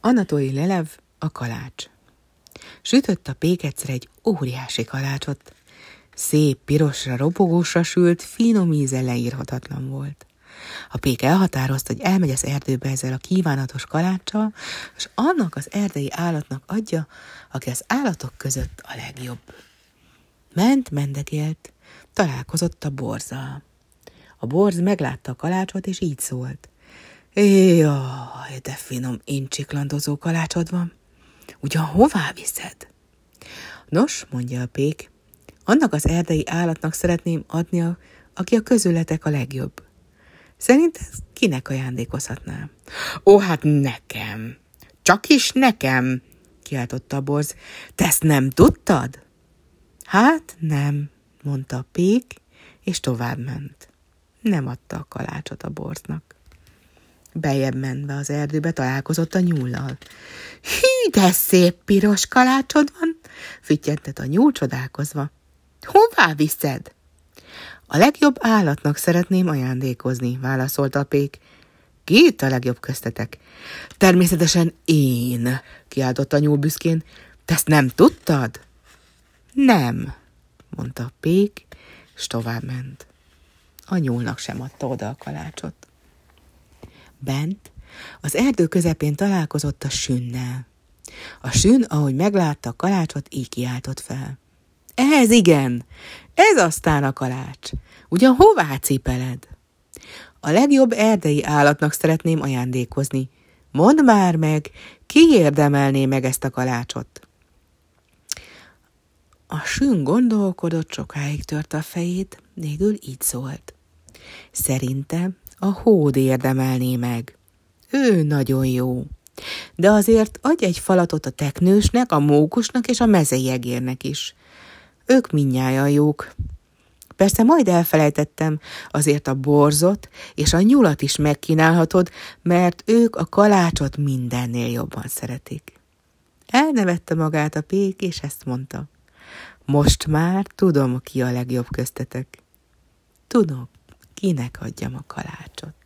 Anatoli Lelev, a kalács. Sütött a pék egyszer egy óriási kalácsot. Szép, pirosra, ropogósra sült, finom íze leírhatatlan volt. A pék elhatározta, hogy elmegy az erdőbe ezzel a kívánatos kaláccsal, és annak az erdei állatnak adja, aki az állatok között a legjobb. Mendekélt, találkozott a borzzal. A borz meglátta a kalácsot, és így szólt. Jaj, de finom, incsiklandozó kalácsod van. Ugyan hová viszed? Nos, mondja a pék, annak az erdei állatnak szeretném adni, aki a közületek a legjobb. Szerinted kinek ajándékozhatnám? Ó, hát nekem. Csak is nekem, kiáltotta a borz. Te ezt nem tudtad? Hát nem, mondta a pék, és továbbment. Nem adta a kalácsot a borznak. Bejebb menve az erdőbe találkozott a nyúllal. Hű, de szép piros kalácsod van, füttyentett a nyúl csodálkozva. Hová viszed? A legjobb állatnak szeretném ajándékozni, válaszolta a pék. Ki itt a legjobb köztetek? Természetesen én, kiáltotta a nyúl büszkén. Te ezt nem tudtad? Nem, mondta a pék, és továbbment. A nyúlnak sem adta oda a kalácsot. Bent, az erdő közepén találkozott a sünnel. A sünn, ahogy meglátta a kalácsot, így kiáltott fel. Ez igen, ez aztán a kalács. Ugyan hová cipeled? A legjobb erdei állatnak szeretném ajándékozni. Mondd már meg, ki érdemelné meg ezt a kalácsot? A sünn gondolkodott, sokáig törte a fejét, végül így szólt. Szerintem a hód érdemelné meg. Ő nagyon jó. De azért adj egy falatot a teknősnek, a mókusnak és a mezei egérnek is. Ők mindnyájan jók. Persze majd elfelejtettem, azért a borzot és a nyulat is megkínálhatod, mert ők a kalácsot mindennél jobban szeretik. Elnevette magát a pék, és ezt mondta. Most már tudom, ki a legjobb köztetek. Tudom, kinek adjam a kalácsot.